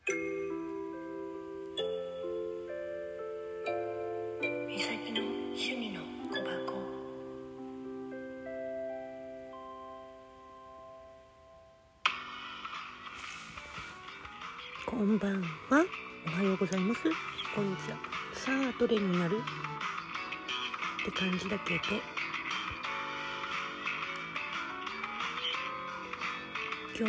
みさきの趣味の小箱。こんばんは。おはようございます。こんにちは。さあどれになるって感じだけど、今日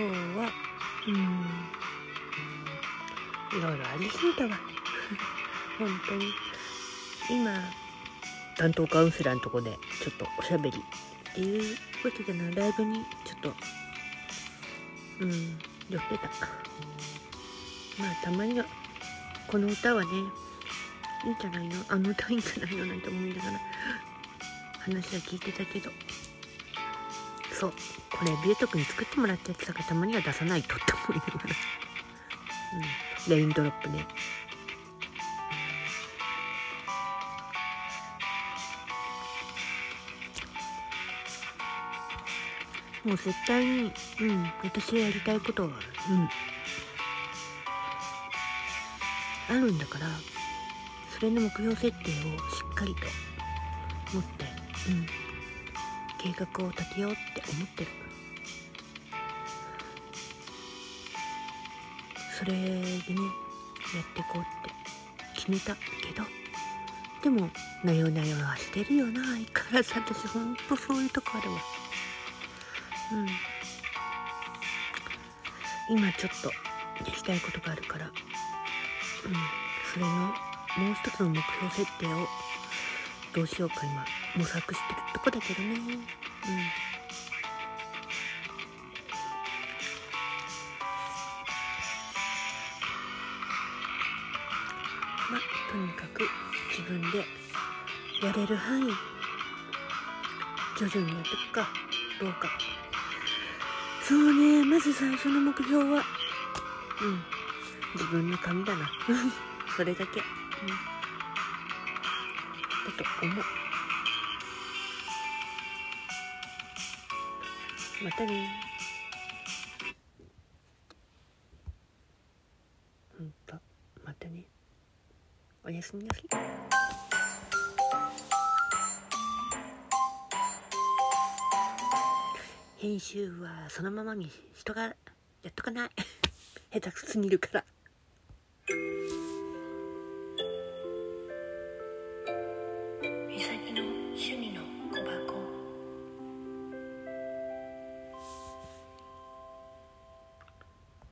はいろいろありすぎたわ本当に。今担当カウンセラーのとこでちょっとおしゃべりっていうわけじゃない、ライブにちょっと寄ってた。まあたまにはこの歌はねいいんじゃないの、あの歌いいんじゃないのなんて思いながら話は聞いてたけど、そうこれビュート君に作ってもらったやつだからたまには出さないとって思いながらレインドロップね。もう絶対に私がやりたいことはあるんだから、それの目標設定をしっかりと持って計画を立てようって思ってる。それでねやっていこうって決めたけど、でもなよなよはしてるよな相変わらず。私ほんとそういうとこあるわ。今ちょっとやりたいことがあるから、それのもう一つの目標設定をどうしようか今模索してるとこだけどね。まあとにかく自分でやれる範囲徐々にやっていくかどうか。そうね、まず最初の目標は自分の髪だなそれだけ、だと思う。またね。またね。おやすみなさい。編集はそのままに人がやっとかない下手くそすぎるから。